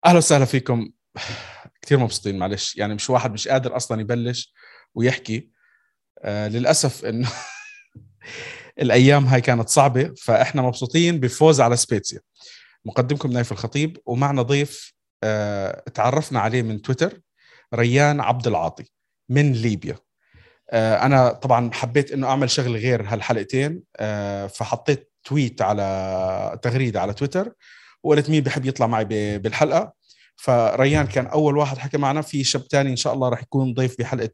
اهلا وسهلا فيكم. كثير مبسوطين. معلش يعني مش واحد مش قادر اصلا يبلش ويحكي. للاسف انه الايام هاي كانت صعبه، فاحنا مبسوطين بفوز على سبيتسيا. مقدمكم نايف الخطيب، ومعنا ضيف تعرفنا عليه من تويتر، ريان عبد العاطي من ليبيا. انا طبعا حبيت انه اعمل شغل غير هالحلقتين، فحطيت تويت على تغريده على تويتر وقلت مين بحب يطلع معي بالحلقه. فريان كان اول واحد حكى معنا. في شاب تاني ان شاء الله راح يكون ضيف بحلقه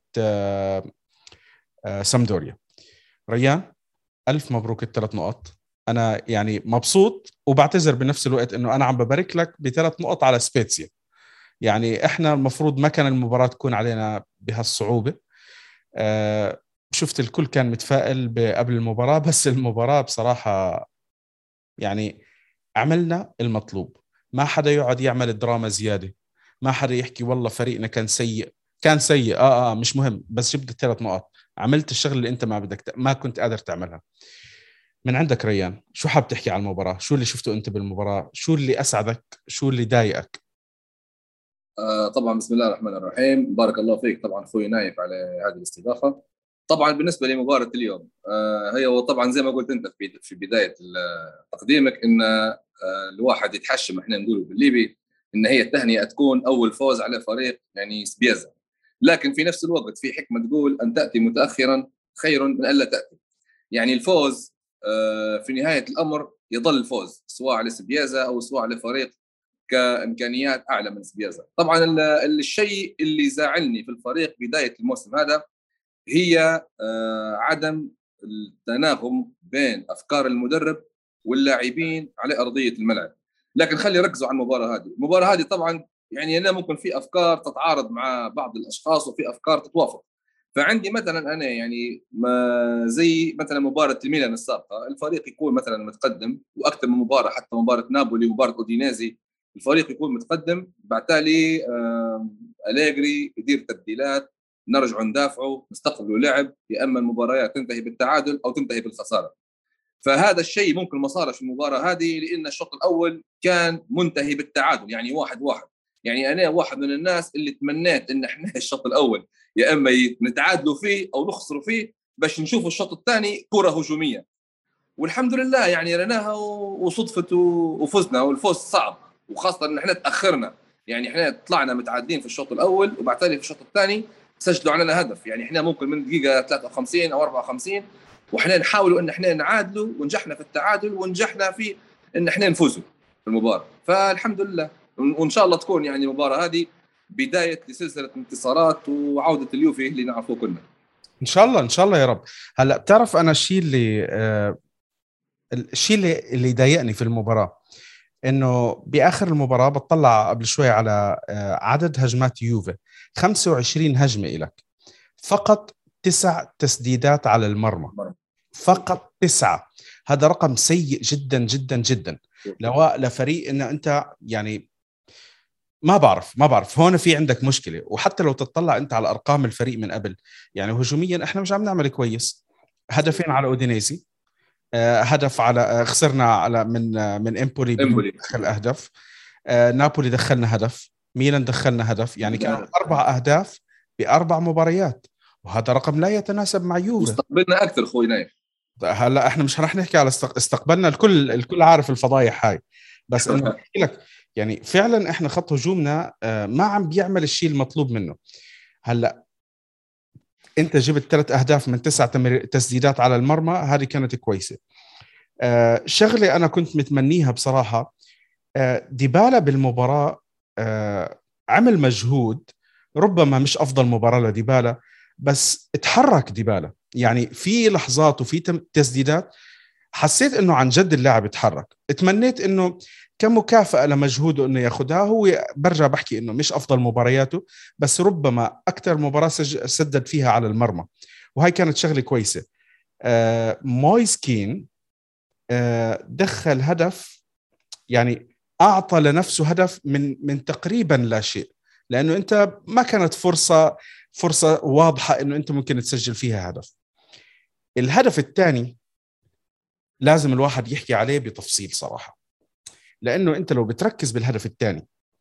سامدوريا. ريان، الف مبروك الثلاث نقط. انا يعني مبسوط وبعتذر بنفس الوقت انه انا عم ببارك لك بثلاث نقط على سبيتسيا. يعني احنا المفروض ما كان المباراه تكون علينا بهالصعوبه. آه، شفت الكل كان متفائل قبل المباراة، بس المباراة بصراحة يعني عملنا المطلوب. ما حدا يقعد يعمل دراما زيادة، ما حدا يحكي والله فريقنا كان سيء. كان سيء مش مهم، بس جبت الثلاث نقاط. عملت الشغل اللي انت ما كنت قادر تعملها. من عندك ريان، شو حاب تحكي عن المباراة؟ شو اللي شفته انت بالمباراة؟ شو اللي اسعدك؟ شو اللي ضايقك؟ طبعا بسم الله الرحمن الرحيم. بارك الله فيك طبعا اخوي نايف على هذه الاستضافه. طبعا بالنسبه لمباراه اليوم، هي وطبعا زي ما قلت انت في بدايه تقديمك ان الواحد يتحشم، احنا نقول بالليبي ان هي التهنئه تكون اول فوز على فريق يعني سبيزا. لكن في نفس الوقت في حكمه تقول ان تاتي متاخرا خير من الا تاتي. يعني الفوز في نهايه الامر يظل الفوز سواء على سبيازا او سواء على فريق كامكانيات اعلى من سبيازا. طبعا الشيء اللي زعلني في الفريق بدايه الموسم هذا هي عدم التناغم بين افكار المدرب واللاعبين على ارضيه الملعب. لكن خلي ركزوا على المباراه هذه طبعا يعني انا ممكن في افكار تتعارض مع بعض الاشخاص وفي افكار تتوافق. فعندي مثلا انا يعني ما زي مثلا مباراه الميلان السابقه، الفريق يكون مثلا متقدم واكثر من مباراه، حتى مباراه نابولي ومباراه اودينيزي الفريق يكون متقدم، بعتالي أليجري يدير تبديلات، نرجع ندافعوا نستقبلوا لعب، يا اما المباريات تنتهي بالتعادل او تنتهي بالخساره. فهذا الشيء ممكن ما صارش في المباراه هذه لان الشوط الاول كان منتهي بالتعادل، يعني 1-1. يعني انا واحد من الناس اللي تمنيت ان احنا الشوط الاول يا اما نتعادلوا فيه او نخسروا فيه باش نشوفوا الشوط الثاني كره هجوميه. والحمد لله يعني رناها وصدفت وفزنا، والفوز صعب وخاصه ان احنا تاخرنا. يعني احنا طلعنا متعادلين في الشوط الاول وبعتالي في الشوط الثاني سجلوا علينا هدف. يعني احنا ممكن من دقيقه 53 او 54 واحنا نحاولوا ان احنا نعادلوا، ونجحنا في التعادل ونجحنا في ان احنا نفوزوا في المباراه. فالحمد لله، وان شاء الله تكون يعني المباراه هذه بدايه لسلسله انتصارات وعوده اليوفي اللي نعرفوه كلنا. ان شاء الله ان شاء الله يا رب. هلا بتعرف انا الشيء اللي ضايقني في المباراة انه باخر المباراه بطلع قبل شوي على عدد هجمات يوفي. 25 هجمه لك، فقط 9 تسديدات على المرمى. فقط 9. هذا رقم سيء جدا جدا جدا لفريق ان انت يعني ما بعرف هون في عندك مشكله. وحتى لو تطلع انت على ارقام الفريق من قبل، يعني هجوميا احنا مش عم نعمل كويس. هدفين على اودينيزي، هدف على خسرنا على من امبولي بدون امبولي دخل اهداف. نابولي دخلنا هدف، ميلان دخلنا هدف، يعني كانوا 4 أهداف بأربع مباريات، وهذا رقم لا يتناسب مع يوفي. واستقبلنا اكثر اخوي نايف. هلا احنا مش رح نحكي على استقبلنا. الكل عارف الفضايح هاي، بس انه بحكي لك يعني فعلا احنا خط هجومنا ما عم بيعمل الشيء المطلوب منه. هلا انت جبت 3 أهداف من 9 تسديدات على المرمى، هذه كانت كويسة. شغلة أنا كنت متمنيها بصراحة، ديبالا بالمباراة عمل مجهود. ربما مش أفضل مباراة لديبالا، بس اتحرك ديبالا. يعني في لحظات وفي تسديدات حسيت انه عن جد اللاعب اتحرك. اتمنيت انه كمكافأة لمجهوده انه ياخذها. هو برجع بحكي انه مش افضل مبارياته، بس ربما اكثر مباراة سدد فيها على المرمى، وهي كانت شغلة كويسة. مويسكين دخل هدف، يعني اعطى لنفسه هدف من تقريبا لا شيء، لانه انت ما كانت فرصه واضحه انه انت ممكن تسجل فيها هدف. الهدف الثاني لازم الواحد يحكي عليه بتفصيل صراحه، لانه انت لو بتركز بالهدف الثاني،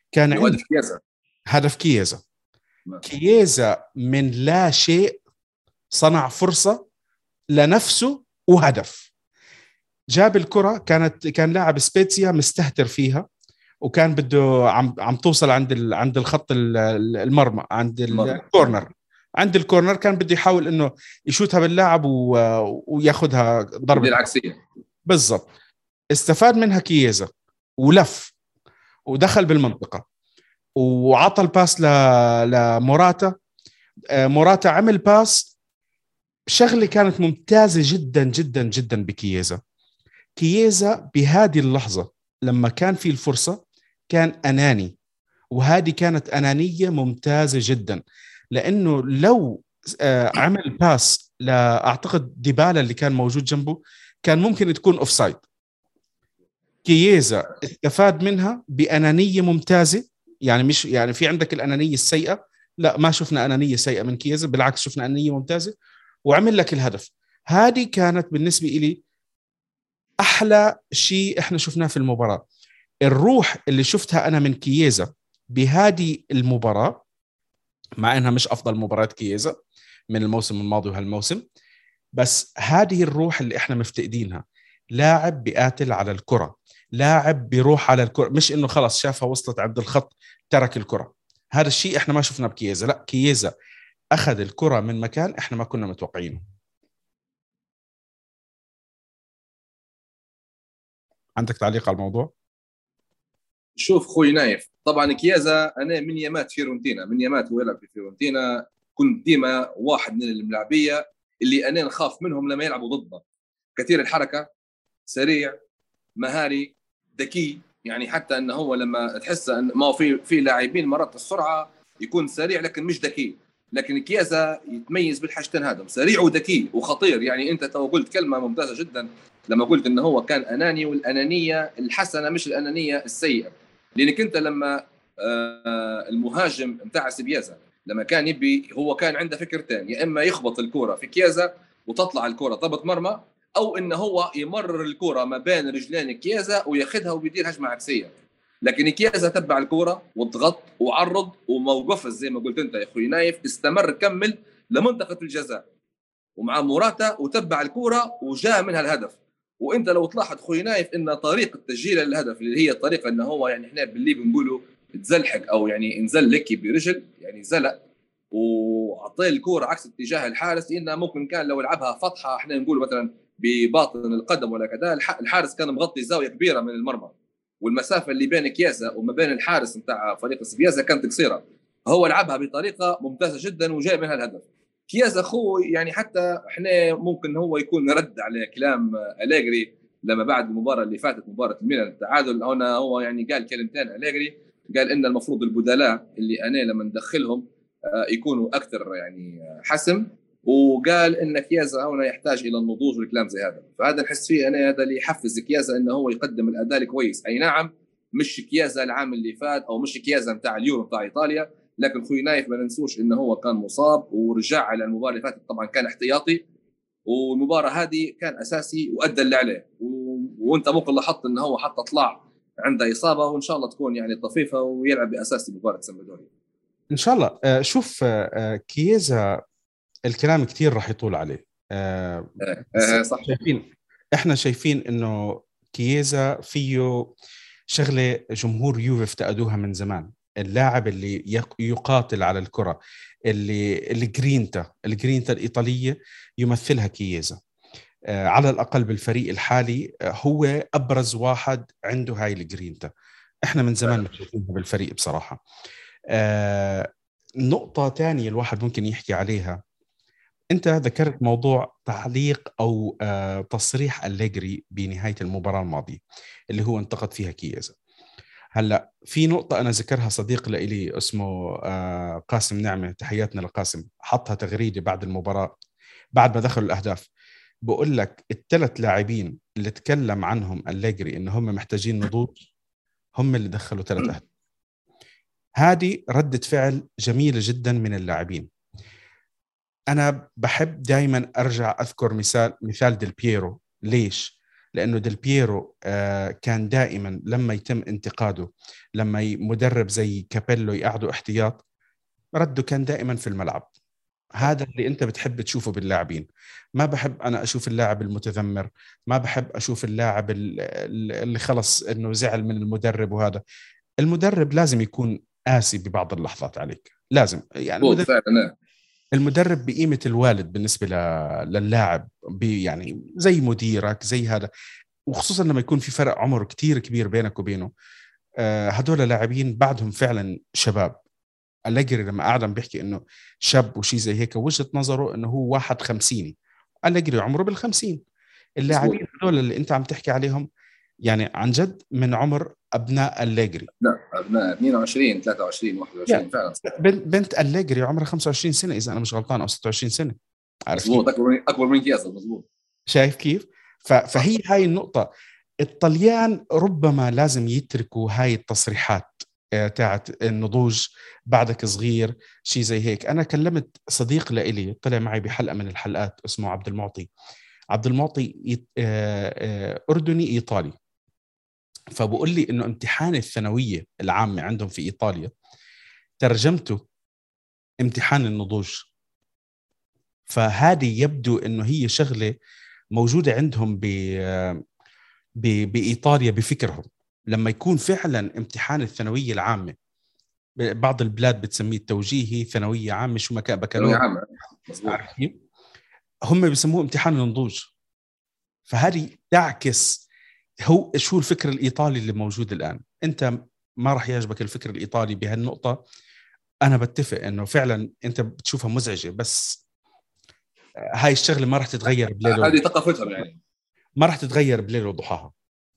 كان اللي هو عنده هدف كيازا. هدف كييزا. نعم. كييزا من لا شيء صنع فرصة لنفسه وهدف. جاب الكرة، كان لاعب سبيتسيا مستهتر فيها، وكان بده عم توصل عند الخط المرمى، عند مرة. الكورنر. عند الكورنر كان بده يحاول انه يشوتها باللاعب وياخذها ضربة. اليد العكسية. بالضبط. استفاد منها كييزا ولف ودخل بالمنطقة وعطى الباس لموراتا. موراتا عمل باس. شغلة كانت ممتازة جدا جدا جدا بكييزا. كييزا بهذه اللحظة لما كان في الفرصة كان أناني، وهذه كانت أنانية ممتازة جدا، لأنه لو عمل باس لأعتقد ديبالا اللي كان موجود جنبه كان ممكن تكون أوفسايد. كييزا استفاد منها بأنانية ممتازة. يعني مش يعني في عندك الأنانية السيئة، لا ما شفنا أنانية سيئة من كييزا، بالعكس شفنا أنانية ممتازة، وعمل لك الهدف. هذه كانت بالنسبة إلي أحلى شيء إحنا شفناه في المباراة. الروح اللي شفتها أنا من كييزا بهذه المباراة، مع أنها مش أفضل مباراة كييزا من الموسم الماضي وهالموسم، بس هذه الروح اللي إحنا مفتقدينها. لاعب بيقاتل على الكرة، لاعب بيروح على الكرة، مش إنه خلاص شافها وصلت عند الخط ترك الكرة. هذا الشيء إحنا ما شفناه بكييزا. لا، كييزا أخذ الكرة من مكان إحنا ما كنا متوقعينه. عندك تعليق على الموضوع؟ شوف خوي نايف، طبعا كيازا انا من يامات فيورنتينا، من يامات هو يلعب في فيورنتينا، كنت ديما واحد من الملاعبيه اللي انا نخاف منهم لما يلعبوا ضدنا. كثير الحركه، سريع، مهاري، ذكي. يعني حتى انه هو لما تحس ان ما هو في لاعبين مرات السرعه يكون سريع لكن مش ذكي، لكن كيازا يتميز بالحاجتين هذا، سريع وذكي وخطير. يعني انت تو قلت كلمه ممتازه جدا لما قلت انه هو كان اناني، والانانيه الحسنه مش الانانيه السيئه. لانك انت لما المهاجم بتاع سيبيازا لما كان يبي، هو كان عنده فكرتين: يا اما يخبط الكوره في كيازا وتطلع الكوره ضربه مرمى، او انه هو يمرر الكره ما بين رجلين كيازا وياخذها وبيدير هجمه عكسيه. لكن كيازا تبع الكره وضغط وعرض وموقف زي ما قلت انت يا اخوي نايف، استمر كمل لمنطقه الجزاء ومع موراتا وتبع الكره وجاء منها الهدف. وانت لو تلاحظ اخوي نايف ان طريقه تسجيل الهدف اللي هي الطريقه انه هو يعني احنا باللي بنقولوا تزلحق او يعني انزل لك برجل، يعني زلق وعطيه الكوره عكس اتجاه الحارس، لانه ممكن كان لو لعبها فتحه احنا نقول مثلا بباطن القدم ولا كذا، الحارس كان مغطي زاويه كبيره من المرمى، والمسافه اللي بين كياسا وما بين الحارس نتاع فريق سبيازا كانت قصيره. هو لعبها بطريقه ممتازه جدا وجاء منها الهدف. كيازا اخوي يعني حتى احنا ممكن هو يكون رد على كلام أليجري لما بعد المباراه اللي فاتت مباراه الميلان التعادل، هنا هو يعني قال كلمتين أليجري، قال ان المفروض البدلاء اللي انا لما ندخلهم يكونوا اكثر يعني حسم، وقال ان كيازا هنا يحتاج الى النضوج والكلام زي هذا. فهذا نحس فيه انا هذا اللي يحفز كيازا انه هو يقدم الاداء الكويس. اي نعم مش كيازا العام اللي فات او مش كيازا نتاع اليورو نتاع ايطاليا، لكن خوي نايف ما ننسوش انه هو كان مصاب ورجع على المباراه اللي فاتت، طبعا كان احتياطي، والمباراه هذه كان اساسي وادى اللي عليه. وانت ممكن لاحظت انه هو حتى طلع عنده اصابه، وان شاء الله تكون يعني طفيفه ويلعب باساسي مباراه سامبدوريا إن شاء الله. شوف، كييزا الكلام كتير راح يطول عليه. بس صح. احنا شايفين انه كييزا فيه شغله جمهور يوفي افتقدوها من زمان: اللاعب اللي يقاتل على الكره، اللي الجرينتا الايطاليه يمثلها كييزا. على الاقل بالفريق الحالي هو ابرز واحد عنده هاي الجرينتا. احنا من زمان مش شايفينها بالفريق بصراحه. نقطه تانية الواحد ممكن يحكي عليها: أنت ذكرت موضوع تعليق أو تصريح أليجري بنهاية المباراة الماضية اللي هو انتقد فيها كييزا. هلأ في نقطة أنا ذكرها صديق لإلي اسمه قاسم نعمة، تحياتنا لقاسم، حطها تغريدة بعد المباراة بعد ما دخلوا الأهداف. بقول لك الثلاث لاعبين اللي تكلم عنهم أليجري إن هم محتاجين نضوج هم اللي دخلوا 3 أهداف. هذه ردة فعل جميلة جدا من اللاعبين. أنا بحب دايما أرجع أذكر مثال ديل بييرو. ليش؟ لأنه ديل بييرو كان دائما لما يتم انتقاده، لما مدرب زي كابيلو يقعدوا احتياط، رده كان دائما في الملعب. هذا اللي انت بتحب تشوفه باللاعبين. ما بحب انا اشوف اللاعب المتذمر، ما بحب اشوف اللاعب اللي خلص انه زعل من المدرب. وهذا المدرب لازم يكون قاسي ببعض اللحظات عليك، لازم يعني مظبوط فعلا. المدرب بقيمة الوالد بالنسبة للاعب، يعني زي مديرك زي هذا. وخصوصا لما يكون في فرق عمر كتير كبير بينك وبينه. هدول لاعبين بعدهم فعلا شباب. أليجري لما قاعد عم بيحكي انه شاب وشي زي هيك، وجهة نظره انه هو واحد خمسيني. أليجري عمره بالخمسين. اللاعبين مظبوط. هذول اللي انت عم تحكي عليهم يعني عن جد من عمر ابناء أليجري. لا ابناء 22 23 21 يعني فعلا. بنت أليجري عمرها 25 سنة اذا انا مش غلطان، او 26 سنة. عارف كيف؟ مظبوط، اكبر من كياسة. مظبوط. شايف كيف؟ صح. فهي هاي النقطة. الطليان ربما لازم يتركوا هاي التصريحات تاعت النضوج، بعدك صغير، شيء زي هيك. أنا كلمت صديق لإلي طلع معي بحلقة من الحلقات اسمه عبد المعطي. عبد المعطي أردني إيطالي. فبقول لي إنه امتحان الثانوية العامة عندهم في إيطاليا ترجمته امتحان النضوج. فهذه يبدو إنه هي شغلة موجودة عندهم بإيطاليا بفكرهم. لما يكون فعلا امتحان الثانوية العامة، بعض البلاد بتسميه التوجيهي، ثانوية عامة، شو ما كان، ثانوية بكالوريا. عامة. مظبوط. عارف كيف؟ هم بيسموه امتحان النضوج. فهذه تعكس هو شو الفكر الإيطالي اللي موجود الآن. أنت ما راح يعجبك الفكر الإيطالي بهالنقطة. أنا بتفق إنه فعلا أنت بتشوفها مزعجة، بس هاي الشغلة ما راح تتغير بليل، هذه ثقافتهم يعني. ما راح تتغير بليل وضحاها.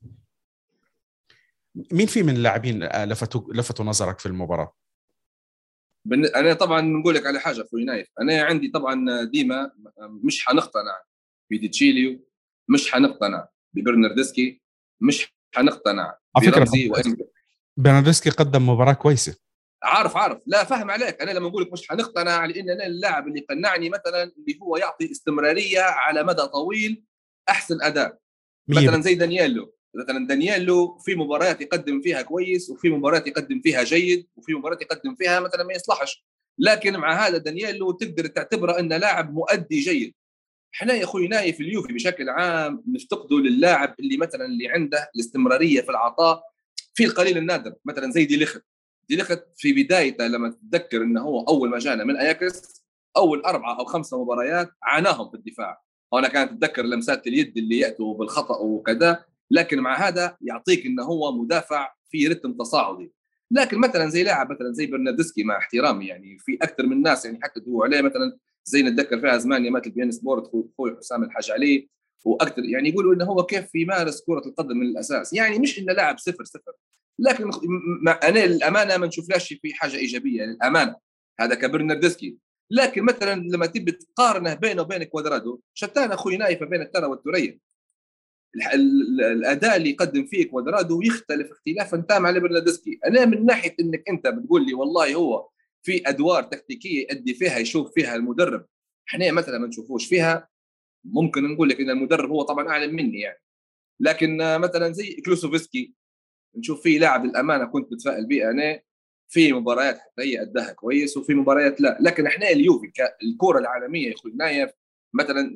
مين في من اللاعبين لفتوا نظرك في المباراة؟ انا طبعا نقول لك على حاجه اخوي نايف، انا عندي طبعا ديما مش حنقتنع بديتشيليو، مش حنقتنع ببرناردسكي، مش حنقتنع على فكرة برمزي وإنجل. برناردسكي قدم مباراة كويسة. عارف لا فاهم عليك. انا لما اقول لك مش حنقتنع، لان انا اللاعب اللي قنعني مثلا اللي هو يعطي استمراريه على مدى طويل، احسن اداء. مثلا 100%. زي دانييلو. مثلا دانييلو في مباريات يقدم فيها كويس، وفي مباريات يقدم فيها جيد، وفي مباريات يقدم فيها مثلا ما يصلحش. لكن مع هذا دانييلو تقدر تعتبره انه لاعب مؤدي جيد. احنا يا اخوي نايف اليوفي بشكل عام نفتقده للاعب اللي مثلا اللي عنده الاستمراريه في العطاء في القليل النادر. مثلا زي دي ليخت في بدايته، لما تتذكر انه هو اول ما جانا من اياكس اول 4 أو 5 مباريات عاناهم في الدفاع. وانا كانت اتذكر لمسات اليد اللي ياتوا بالخطا وكذا، لكن مع هذا يعطيك انه هو مدافع في رتم تصاعدي. لكن مثلا زي لاعب مثلا زي برناردسكي، مع احترامي يعني في اكثر من ناس يعني حتى هو عليه مثلا زي نتذكر فيها زمان يا مات البيان سبورت اخوي حسام الحاج علي واكثر، يعني يقولوا انه هو كيف يمارس كره القدم من الاساس. يعني مش انه لاعب 0-0، لكن انا للامانه ما نشوفلاش في حاجه ايجابيه للامانه. هذا كبرناردسكي. لكن مثلا لما تبي تقارنه بينه وبين كوادرادو، شتان اخوي نايف بين الثرى والثريا. الاداء اللي يقدم فيه كوادرادو يختلف اختلافا تاما على برناردسكي. انا من ناحيه انك انت بتقول لي والله هو في ادوار تكتيكيه يؤدي فيها يشوف فيها المدرب، احنا مثلا ما نشوفوش فيها. ممكن نقول لك ان المدرب هو طبعا اعلم مني يعني. لكن مثلا زي كلوسوفسكي نشوف فيه لاعب الامانه كنت متفائل به انا. في مباريات حتى هي اداها كويس، وفي مباريات لا. لكن احنا اليوفي الكره العالميه يا اخوي نايف مثلا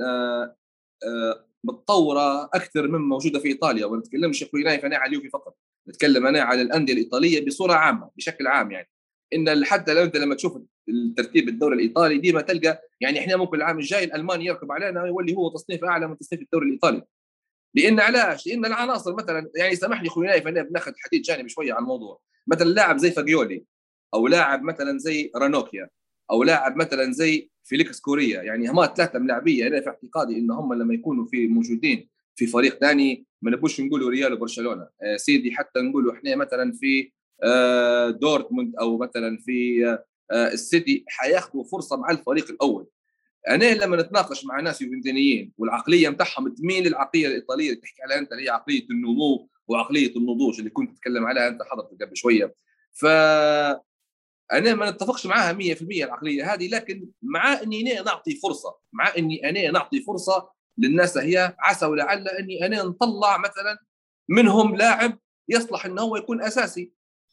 متطوره اكثر من موجوده في ايطاليا. وما نتكلمش يا اخوي نايف انا على اليوفي فقط، نتكلم انا على الانديه الايطاليه بصوره عامه بشكل عام. يعني ان حتى لو انت لما تشوف الترتيب الدوري الايطالي ديما تلقى يعني احنا ممكن العام الجاي الالماني يركب علينا ويولي هو تصنيف اعلى من تصنيف الدوري الايطالي. لان علاش؟ لان العناصر مثلا يعني سامحني اخوي نايف انا بناخذ حديث جانبي شويه عن الموضوع. مثلا لاعب زي فاجيولي، او لاعب مثلا زي رانوكيا، او لاعب مثلا زي فيليكس كوريا، يعني هم 3 لاعبيه انا في اعتقادي ان هم لما يكونوا في موجودين في فريق ثاني، ما نبوش نقولوا ريال وبرشلونه سيدي، حتى نقولوا احنا مثلا في دورتموند او مثلا في السيتي، حياخذوا فرصه مع الفريق الاول. انا لما نتناقش مع ناس يوفنتينيين والعقليه متاعهم تميل للعقليه الايطاليه اللي تحكي عليها انت، اللي هي عقليه النمو وعقليه النضوج اللي كنت تتكلم عليها انت حضرتك قبل شويه. ف انا ما نتفقش معاها 100% العقليه هذه، لكن مع اني أنا نعطي فرصه، مع اني انا نعطي فرصه للناس هي عسى ولعل اني انا نطلع مثلا منهم لاعب يصلح انه هو يكون اساسي.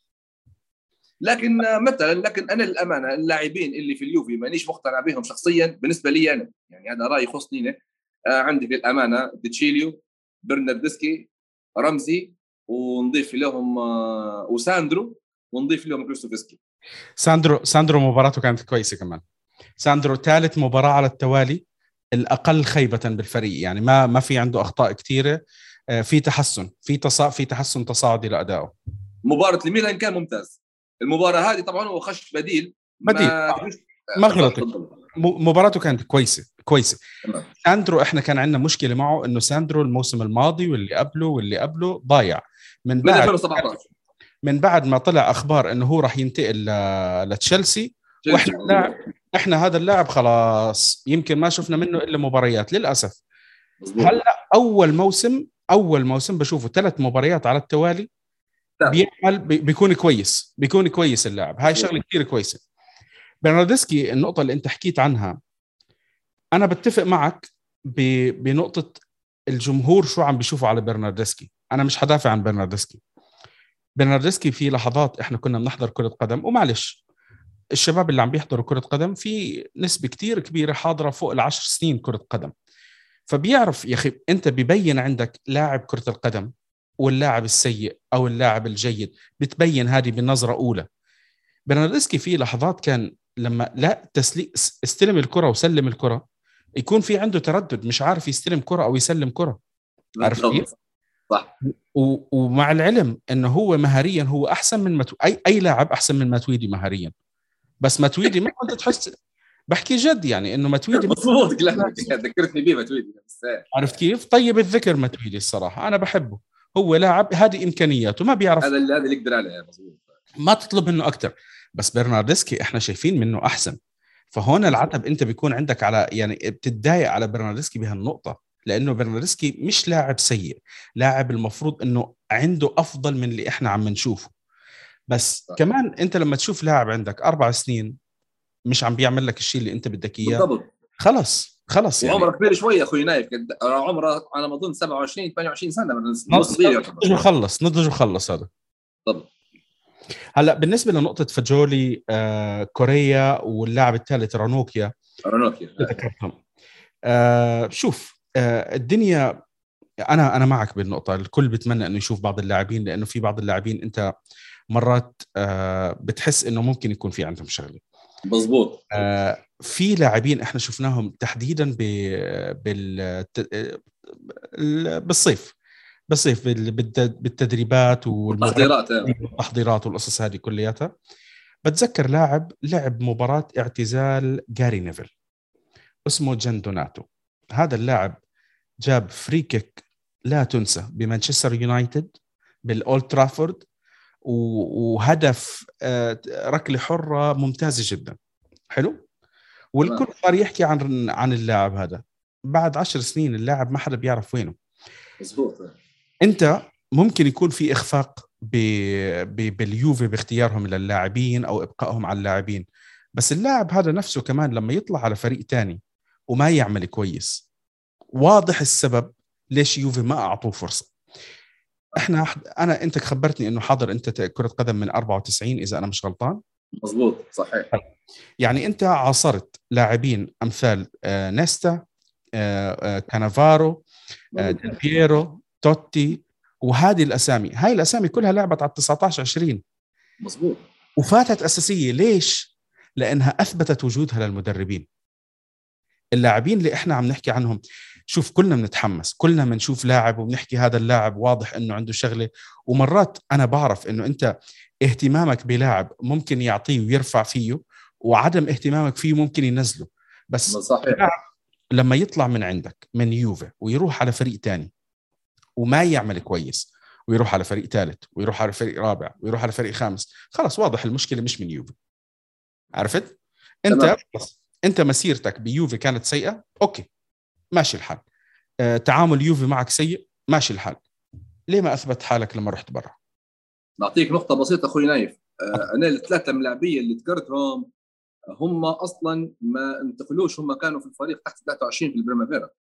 لكن مثلا انا للامانه اللاعبين اللي في اليوفي مانيش مقتنع بهم شخصيا بالنسبه لي انا، يعني هذا راي يخصني أنا. عندك للامانه ديتشيليو، برناردسكي، رمزي، ونضيف لهم وساندرو، ونضيف لهم كريستوفسكي. ساندرو مباراته كانت كويسه كمان. ساندرو ثالث مباراه على التوالي الاقل خيبه بالفريق، يعني ما في عنده اخطاء كثيره، في تحسن، في تحسن تصاعدي لادائه. مباراه الميلان كان ممتاز. المباراه هذه طبعا هو خش بديل بديل ما ما بالضبط غلطك. بالضبط. مباراته كانت كويسه. تمام. ساندرو احنا كان عندنا مشكله معه، انه ساندرو الموسم الماضي واللي قبله ضايع من من بعد 2017 ما طلع اخبار انه هو راح ينتقل لتشيلسي. واحنا تشيلسي مظبوط. احنا هذا اللاعب خلاص يمكن ما شفنا منه الا مباريات للاسف. مظبوط. هلا اول موسم بشوفه 3 مباريات على التوالي ثابت. بيعمل، بيكون كويس اللاعب، هاي مظبوط. شغله كثير كويسه. برناردسكي النقطه اللي انت حكيت عنها انا بتفق معك بنقطه الجمهور شو عم بيشوفوا على برناردسكي. انا مش حدافع عن برناردسكي في لحظات احنا كنا بنحضر كره قدم، ومعلش الشباب اللي عم بيحضروا كره قدم في نسبه كتير كبيره حاضره فوق ال10 سنين كره قدم، فبيعرف يا اخي انت ببين عندك لاعب كره القدم واللاعب السيء او اللاعب الجيد، بتبين هذه بنظره اولى. برناردسكي في لحظات كان لما لا استلم الكره وسلم الكره يكون في عنده تردد، مش عارف يستلم كره او يسلم كره. عارف كيف؟ بالضبط صح. ومع العلم انه هو مهاريا هو احسن من اي لاعب احسن من ماتويدي مهاريا، بس ماتويدي ما كنت تحس، بحكي جد يعني انه ماتويدي مضبوط كلامك ذكرتني بيه متويدي. عرفت كيف؟ طيب الذكر ماتويدي الصراحه انا بحبه، هو لاعب هذه امكانياته ما بيعرف، هذا اللي يقدر عليه. مضبوط. ما تطلب منه اكثر. بس برناردسكي احنا شايفين منه احسن، فهون العتب انت بيكون عندك على، يعني بتتضايق على برناردسكي بهالنقطه، لانه برناردسكي مش لاعب سيء، لاعب المفروض انه عنده افضل من اللي احنا عم نشوفه. بس صح. كمان انت لما تشوف لاعب عندك 4 سنين مش عم بيعمل لك الشيء اللي انت بدك اياه، بالضبط. خلص يعني. وعمره كبير شويه اخوي نايف، عمره على ما اظن 27 28 سنه، من صغير يعتبر. نضج وخلص هذا. بالضبط. هلا بالنسبه لنقطه فجولي، كوريا واللاعب الثالث رانوكيا رونوكي. ذكرتهم. شوف، الدنيا، انا معك بالنقطه، الكل بيتمنى انه يشوف بعض اللاعبين، لانه في بعض اللاعبين انت مرات بتحس انه ممكن يكون في عندهم شغله. مظبوط. في لاعبين احنا شفناهم تحديدا بالصيف بالتدريبات التحضيرات. والتحضيرات والقصص هذه كلياتها. بتذكر لاعب لعب مباراة اعتزال جاري نيفل اسمه جندوناتو. هذا اللاعب جاب فري كيك لا تنسى بمانشستر يونايتد بالأولد ترافورد، وهدف ركلة حرة ممتازة جدا. حلو. والكل صار يحكي عن اللاعب هذا. بعد 10 سنين اللاعب ما حدا بيعرف وينه. مظبوط. انت ممكن يكون في اخفاق باليوفي باختيارهم للاعبين او ابقائهم على اللاعبين، بس اللاعب هذا نفسه كمان لما يطلع على فريق تاني وما يعمل كويس، واضح السبب ليش يوفي ما اعطوه فرصه. انت خبرتني انه حاضر انت كره قدم من 94 اذا انا مش غلطان. مظبوط صحيح. يعني انت عاصرت لاعبين امثال نيستا، كانافارو، ديل بييرو، توتي، وهذه الاسامي، هاي الاسامي كلها لعبت على 19 20. مظبوط. وفاتت اساسيه. ليش؟ لانها اثبتت وجودها للمدربين. اللاعبين اللي احنا عم نحكي عنهم، شوف كلنا بنتحمس، كلنا بنشوف لاعب وبنحكي هذا اللاعب واضح انه عنده شغله، ومرات انا بعرف انه انت اهتمامك بلاعب ممكن يعطيه ويرفع فيه، وعدم اهتمامك فيه ممكن ينزله. بس صحيح. لما يطلع من عندك من يوفي ويروح على فريق تاني وما يعمل كويس، ويروح على فريق ثالث، ويروح على فريق رابع، ويروح على فريق خامس، خلاص واضح المشكله مش من يوفي. عرفت؟ انت انت مسيرتك بيوفي كانت سيئه، اوكي ماشي الحال. تعامل يوفي معك سيء، ماشي الحال. ليه ما اثبت حالك لما رحت برا؟ نعطيك نقطه بسيطه اخوي نايف. انا الثلاثه ملاعبيه اللي ذكرتهم هم اصلا ما انتقلوش، هم كانوا في الفريق تحت 23 في البريمافيرا.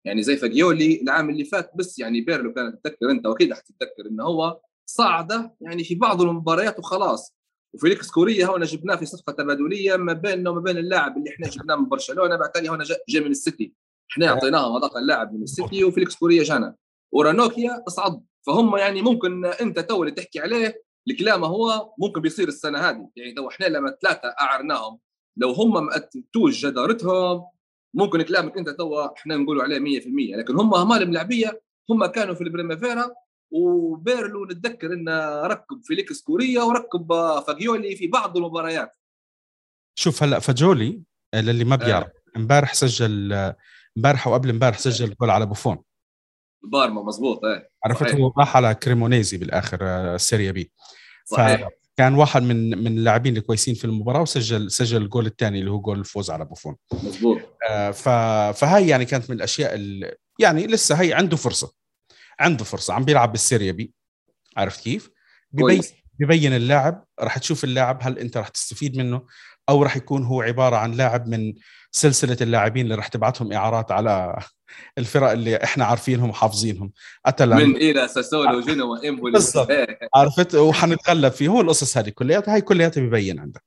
يعني زي فاجيولي العام اللي فات، بس يعني بيرلو كانت تتذكر انت واكيد حتتذكر انه هو صعد يعني في بعض المباريات وخلاص. وفيليكس كوريا هنا جبناه في صفقه تبادليه ما بيننا وما بين اللاعب اللي احنا جبناه من برشلونه، بعد هنا جاء من السيتي، احنا اعطيناهم هذاك اللاعب من السيتي وفيليكس كوريا جانا ورانوكيا اصعد. فهم يعني ممكن انت تو اللي تحكي عليه الكلام هو ممكن بيصير السنه هذه، يعني تو احنا لما ثلاثه اعرناهم لو هم ما اتوش جدارتهم ممكن كلامك انت تو احنا نقولوا عليه 100%، لكن هم همال ملاعبيه، هم كانوا في البريمافيرا وبيرلو نتذكر انه ركب فيليكس كوريا وركب فاجيولي في بعض المباريات. شوف هلا فاجولي للي ما بيعرف امبارح سجل، امبارح وقبل امبارح سجل جول على بوفون بارما، مزبوط. عرفت، هو راح على كريمونيزي بالاخر السيريا بي. صحيح. فكان واحد من اللاعبين الكويسين في المباراه وسجل الجول الثاني اللي هو جول الفوز على بوفون. مزبوط. فهي يعني كانت من الاشياء اللي يعني لسه هي عنده فرصه، عنده فرصه، عم بيلعب بالسيريا بي، عرفت كيف؟ ببين اللاعب، راح تشوف اللاعب هل انت راح تستفيد منه او راح يكون هو عباره عن لاعب من سلسله اللاعبين اللي راح تبعتهم اعارات على الفرق اللي احنا عارفينهم وحافظينهم، اتلانتا من الى ساسولو وجنوا امبولي. بالضبط، عرفت، وحنتغلب فيه. هو القصص هذه كلياتها، هي كلياتها ببين عندك.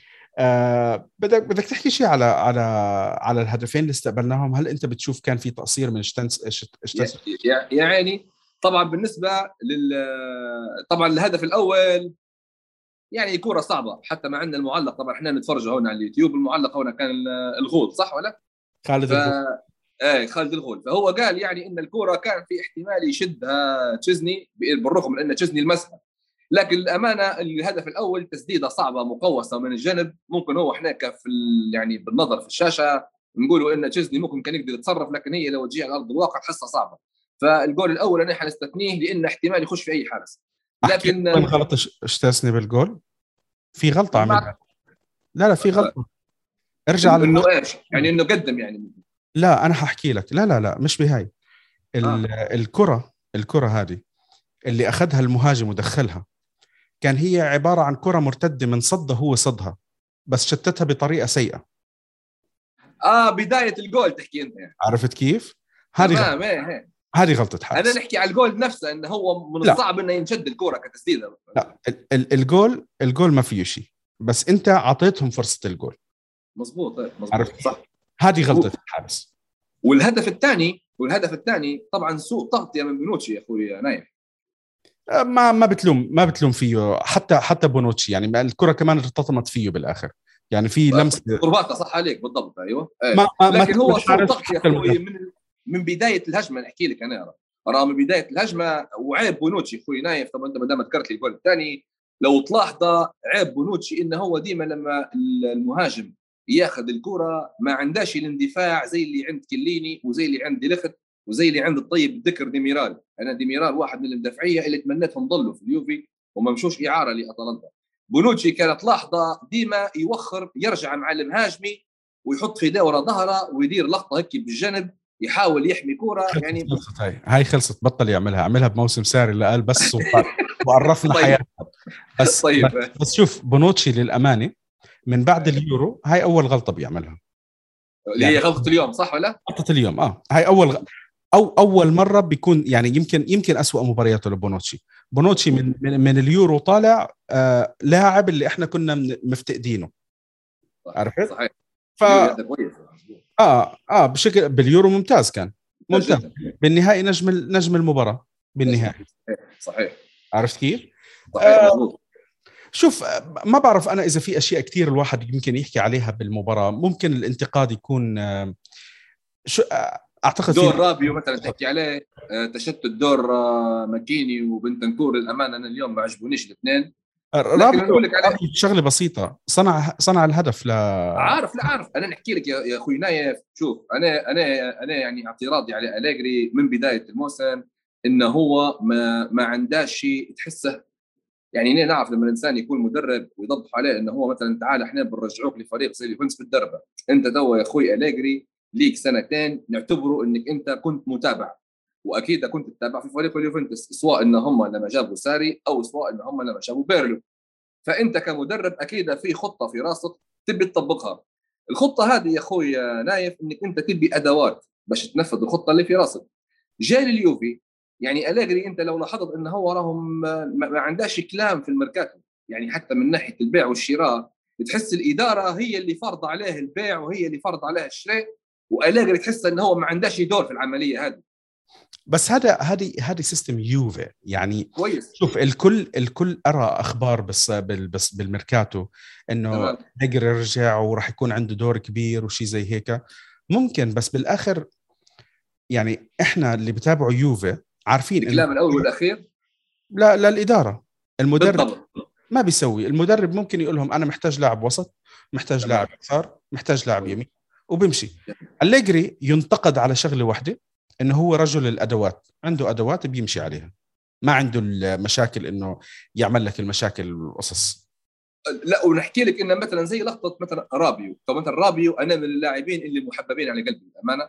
بدك تحكي شيء على الهدفين اللي استقبلناهم. هل انت بتشوف كان في تقصير من شتنس؟ يعني طبعا بالنسبه طبعا الهدف الاول يعني كرة صعبة، حتى مع ان المعلق طبعا احنا نتفرج هنا على اليوتيوب، المعلق هنا كان الغول، صح ولا؟ خالد الغول. خالد الغول. فهو قال يعني ان الكرة كان في احتمال يشدها تشيزني بالرغم من ان تشيزني المسها، لكن الامانه الهدف الاول تسديده صعبه مقوسه من الجنب، ممكن هو احنا في يعني بالنظر في الشاشه نقولوا ان تشيزني ممكن كان يقدر يتصرف، لكن هي لو تجي على ارض الواقع تحسها صعبه. فالجول الاول انا حنستثنيه لان احتمال يخش في اي حارس. لكن وين غلط شتاسني بالجول؟ في غلطه عملها. لا في غلطه. ارجع انه ايش يعني؟ انه قدم يعني؟ لا انا حاحكي لك. لا مش بهاي الكره هذه اللي اخذها المهاجم ودخلها، كان هي عباره عن كره مرتده من صده، هو صدها بس شتتها بطريقه سيئه. بدايه الجول تحكي انت يعني. عرفت كيف؟ هذه غلطه حارس. انا نحكي على الجول نفسه، انه هو من الصعب انه ينشد الكره كتسديده. لا الجول ما فيه شيء، بس انت اعطيتهم فرصه الجول. مزبوط صح. هذه غلطه الحارس. والهدف الثاني طبعا سوء تغطيه من بونوتشي يا اخوي نايف. ما بتلوم فيه، حتى بونوتشي يعني الكره كمان ارتطمت فيه بالاخر، يعني في لمسه قرباتها، صح عليك بالضبط. ايوه لكن هو سوء تغطيه يا اخوي من بدايه الهجمه. نحكي لك انا ارى من بدايه الهجمه، وعيب بونوتشي اخوي نايف. طبعا انت ما دام ذكرت لي الجول الثاني، لو تلاحظ عيب بونوتشي انه هو ديما لما المهاجم ياخذ الكره ما عندهاش الاندفاع زي اللي عند كليني وزي اللي عند ديليخت وزي اللي عند الطيب ذكر ديميرال. انا ديميرال واحد من المدافعيه اللي تمنيتهم ضلوا في اليوفي وما مشوش اعاره لاتلانتا. بونوتشي كانت لاحظه ديما يوخر يرجع مع المهاجمي ويحط في داوره ظهره ويدير لقطه هيك بالجنب يحاول يحمي كوره يعني. هاي خلصت، بطل يعملها، عملها بموسم ساري اللي قال بس وعرفنا طيب. حياتنا بس. طيب. بس شوف بونوتشي للامانه من بعد اليورو هاي اول غلطه بيعملها، اللي هي غلطه اليوم، صح ولا؟ غلطه اليوم. هاي اول مره بيكون يعني يمكن أسوأ مبارياته لبونوتشي. بونوتشي من اليورو طالع لاعب اللي احنا كنا مفتقدينه، عرفت؟ صحيح. كويس. بشكل باليورو ممتاز، كان ممتاز بالنهائي، نجم المباراه بالنهائي. صحيح. عرفت كيف؟ صحيح. شوف ما بعرف انا اذا في اشياء كثير الواحد يمكن يحكي عليها بالمباراه. ممكن الانتقاد يكون اعتقد دور رابيو مثلا تحكي عليه، تشتت دور ماكيني وبنتنكور. الامانه انا اليوم ما عجبونيش الاثنين، لكن اقول لك عليه شغله بسيطه، صنع الهدف. عارف انا نحكي لك يا اخوي نايف. شوف انا يعني اعتراضي على أليجري من بدايه الموسم انه هو ما عنداش شيء تحسه. يعني نعرف لما الانسان يكون مدرب ويضبط عليه انه هو مثلا تعال احنا بنرجعوك لفريق زي اليوفنتوس في الدربه، انت تو يا اخوي أليجري ليك سنتين نعتبره انك انت كنت متابع، واكيد كنت تتابع في فريق اليوفنتوس، سواء ان هم لما جابوا ساري او سواء ان هم لما جابوا بيرلو. فانت كمدرب اكيد في خطه في راسك تبي تطبقها. الخطه هذه يا اخوي نايف انك انت تبي ادوات، باش تنفذ الخطه اللي في راسك. جاي لليوفي، يعني أليجري انت لو لاحظت انه هو راهم ما عندهاش كلام في الميركاتو، يعني حتى من ناحيه البيع والشراء تحس الاداره هي اللي فرض عليه البيع وهي اللي فرض عليه الشراء، وأليجري تحس انه هو ما عندهاش دور في العمليه هذه. بس هذه سيستم يوفي يعني. كويس. شوف، الكل أرى أخبار بس بالميركاتو إنه تمام. نجر يرجع وراح يكون عنده دور كبير وشي زي هيك. ممكن، بس بالآخر يعني إحنا اللي بتابعوا يوفي عارفين إنه الكلام الاول والاخير لا الإدارة. المدرب بالضبط. ما بيسوي. المدرب ممكن يقول لهم أنا محتاج لاعب وسط، محتاج لاعب يسار، محتاج لاعب يمين، وبمشي. أليجري ينتقد على شغلة واحدة، إنه هو رجل الأدوات، عنده أدوات بيمشي عليها، ما عنده المشاكل إنه يعمل لك المشاكل والقصص. لا، ونحكي لك انه مثلا زي لقطه مثلا رابيو، طب مثلا رابيو انا من اللاعبين اللي محببين على قلبي الامانه،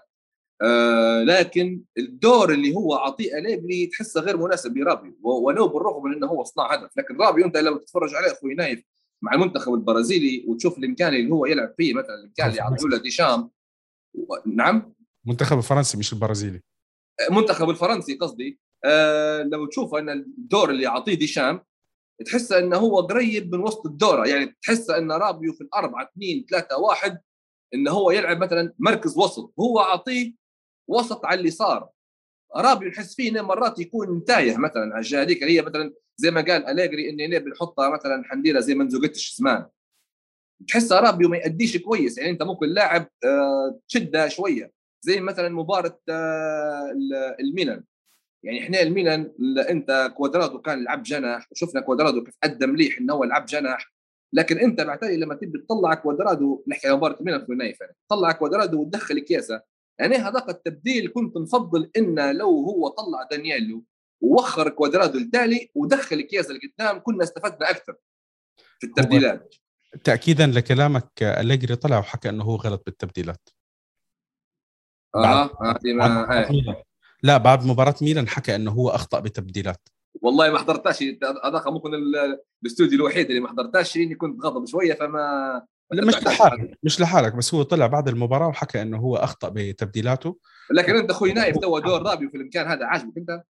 لكن الدور اللي هو عطيه أليجري تحسه غير مناسب لرابيو، ولو بالرغم من انه هو صناع هدف، لكن رابيو انت لو تتفرج عليه اخوي نايف مع المنتخب البرازيلي وتشوف الامكان اللي هو يلعب فيه، مثلا الامكان اللي عطيه له ديشام. نعم. المنتخب الفرنسي مش البرازيلي. المنتخب الفرنسي قصدي. لو تشوف ان الدور اللي عطيه ديشام تحس انه هو قريب من وسط الدوره، يعني تحس ان رابيو في الأربعة 2 3 1 انه هو يلعب مثلا مركز وسط، هو عطيه وسط على اليسار. رابيو نحس فيه مرات يكون تايه مثلا على الجهه هذيك، اللي هي مثلا زي ما قال أليجري اني ليه بنحطها مثلا حنديره زي منزوجتش زمان. تحس رابيو ما يأديش كويس، يعني انت ممكن لاعب تشده شويه، زي مثلا مباراه الميلان. يعني احنا الميلان انت كوادرادو كان يلعب جناح، وشفنا كوادرادو كيف ادى مليح انه هو يلعب جناح، لكن انت بعتلي لما تبي تطلع كوادرادو، نحكي عن مباراه الميلان في النهائي، تطلع كوادرادو وتدخل كياسه، يعني هذاك التبديل كنت نفضل انه لو هو طلع دانييلو ووخر كوادرادو التالي ودخل كياسه لقدام كنا استفدنا اكثر في هو التبديلات. تأكيدا لكلامك، أليجري طلع وحكى إنه هو غلط بالتبديلات بعد اها هذه بعد ما مباراة ميلان. لا، بعد مباراة ميلان حكى إنه هو أخطأ بتبديلات. والله ما حضرتهاش هذاك، ممكن الاستوديو الوحيد اللي ما حضرتهاش لاني كنت غاضب شويه ما لا، مش تبعتهاش. لحالك مش لحالك، بس هو طلع بعد المباراة وحكى انه هو اخطأ بتبديلاته. لكن انت اخوي نايف تو دور رابيو في الامكان هذا عاجبك انت؟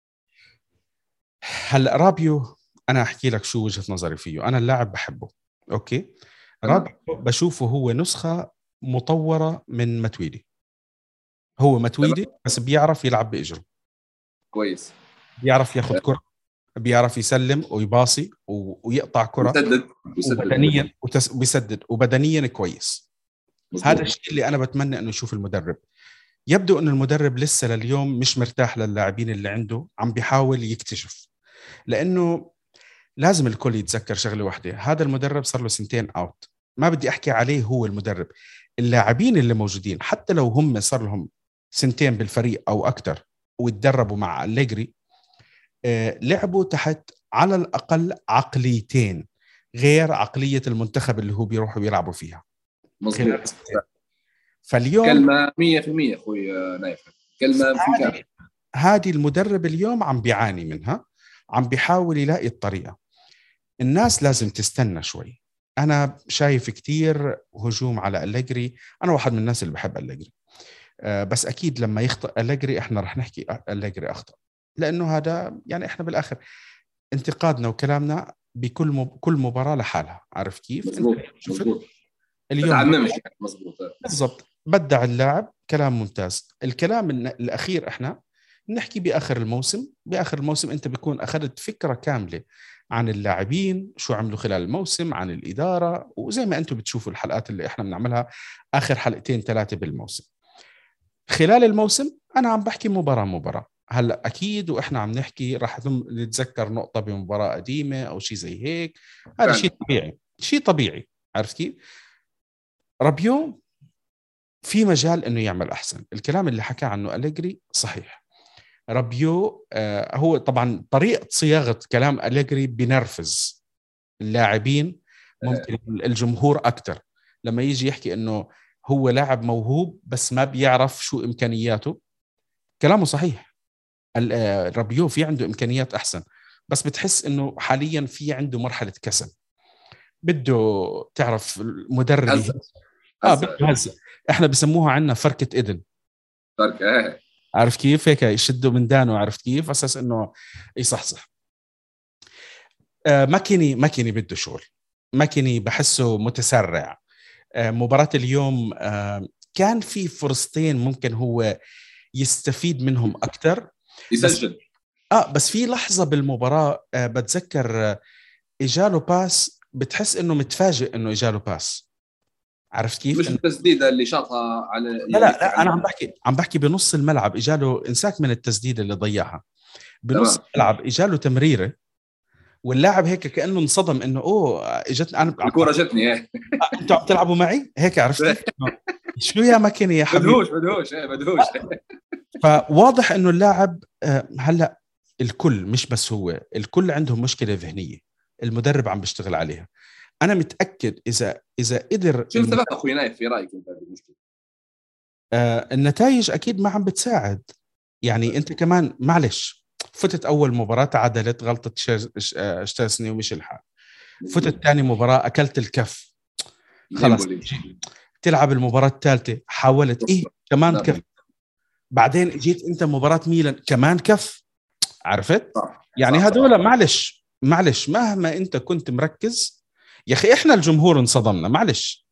هلا رابيو، انا احكي لك شو وجهة نظري فيه. انا اللاعب بحبه، اوكي. تمام. رابيو بشوفه هو نسخة مطورة من متويدي. هو تمام. متويدي بس بيعرف يلعب باجره، كويس. بيعرف ياخذ كرة، بيعرف يسلم ويباصي ويقطع كرة، ويسدد. ويسدد وبدنيا بدري. وبيسدد، وبدنيا كويس. هذا مظبوط. الشيء اللي انا بتمنى انه يشوف المدرب. يبدو أن المدرب لسه لليوم مش مرتاح للاعبين اللي عنده، عم بيحاول يكتشف. لأنه لازم الكل يتذكر شغلة واحدة، هذا المدرب صار له 2 سنين أوت. ما بدي أحكي عليه هو المدرب، اللاعبين اللي موجودين حتى لو هم صار لهم 2 سنين بالفريق أو أكثر ويتدربوا مع أليجري، لعبوا تحت على الأقل عقليتين غير عقلية المنتخب اللي هو بيروحوا يلعبوا فيها خلال مظبوط. 2 سنين. فاليوم كلمه 100% اخوي نايف، كلمه في مكان. هذه المدرب اليوم عم بيعاني منها، عم بيحاول يلاقي الطريقة. الناس لازم تستنى شوي. أنا شايف كتير هجوم على أليجري، أنا واحد من الناس اللي بحب أليجري، بس أكيد لما يخطئ أليجري إحنا رح نحكي أليجري أخطأ، لأنه هذا يعني إحنا بالآخر انتقادنا وكلامنا كل مباراة لحالها. عارف كيف أنت مظبوط. شفت مظبوط. ما اليوم تعممش يعني. مظبوط. بالضبط بدع اللاعب، كلام ممتاز. الكلام الأخير إحنا نحكي بآخر الموسم أنت بيكون أخذت فكرة كاملة عن اللاعبين، شو عملوا خلال الموسم، عن الإدارة، وزي ما أنتم بتشوفوا الحلقات اللي إحنا بنعملها آخر 2 3 بالموسم. خلال الموسم أنا عم بحكي مباراة. هلا أكيد وإحنا عم نحكي راح نتذكر نقطة بمباراة قديمة أو شيء زي هيك. هذا فعلا. شيء طبيعي، شيء طبيعي. عرفت كيف؟ رابيو في مجال انه يعمل احسن. الكلام اللي حكى عنه أليجري صحيح. رابيو هو طبعا طريقة صياغة كلام أليجري بنرفز اللاعبين، ممكن الجمهور أكتر لما يجي يحكي انه هو لاعب موهوب بس ما بيعرف شو امكانياته. كلامه صحيح. رابيو في عنده امكانيات احسن، بس بتحس انه حاليا في عنده مرحلة كسل، بده تعرف المدرب هزه. بده هزه. هزة. احنا بسموها عندنا فركة اذن. ترك عارف كيف هيك يشدوا من دانه، عرفت كيف اساس انه يصحصح. ماكيني بده شغل، ماكيني بحسه متسرع. مباراة اليوم كان في فرصتين ممكن هو يستفيد منهم أكتر، يسجل. بس في لحظة بالمباراة بتذكر إجاله باس، بتحس إنه متفاجئ إنه إجاله باس، عرفت كيف؟ مش التسديدة اللي شاطها على لا أنا عم بحكي بنص الملعب إجاله، إنساك من التسديدة اللي ضيعها بنص الملعب، إجاله تمريرة واللاعب هيك كأنه انصدم إنه إجتني أنا الكرة جتني أنتوا عم تلعبوا معي هيك، عرفت كيف؟ شو يا ماكيني يا حبيبي، بدهوش. فواضح إنه اللاعب هلأ الكل مش بس هو، الكل عندهم مشكلة ذهنية، المدرب عم بيشتغل عليها. أنا متأكد إذا قدر شو السبب أخوي نايف في رأيك أنت بالمشكلة؟ النتائج أكيد ما عم بتساعد. يعني أنت كمان معلش فتت أول مباراة تعادلت، غلطة شتاسني ومش الحال. فتت ثاني مباراة أكلت الكف، خلاص تلعب المباراة الثالثة حاولت كمان كف، بعدين جيت أنت مباراة ميلان كمان كف، عرفت؟ يعني هدول معلش مهما أنت كنت مركز يا أخي، إحنا الجمهور انصدمنا معلش،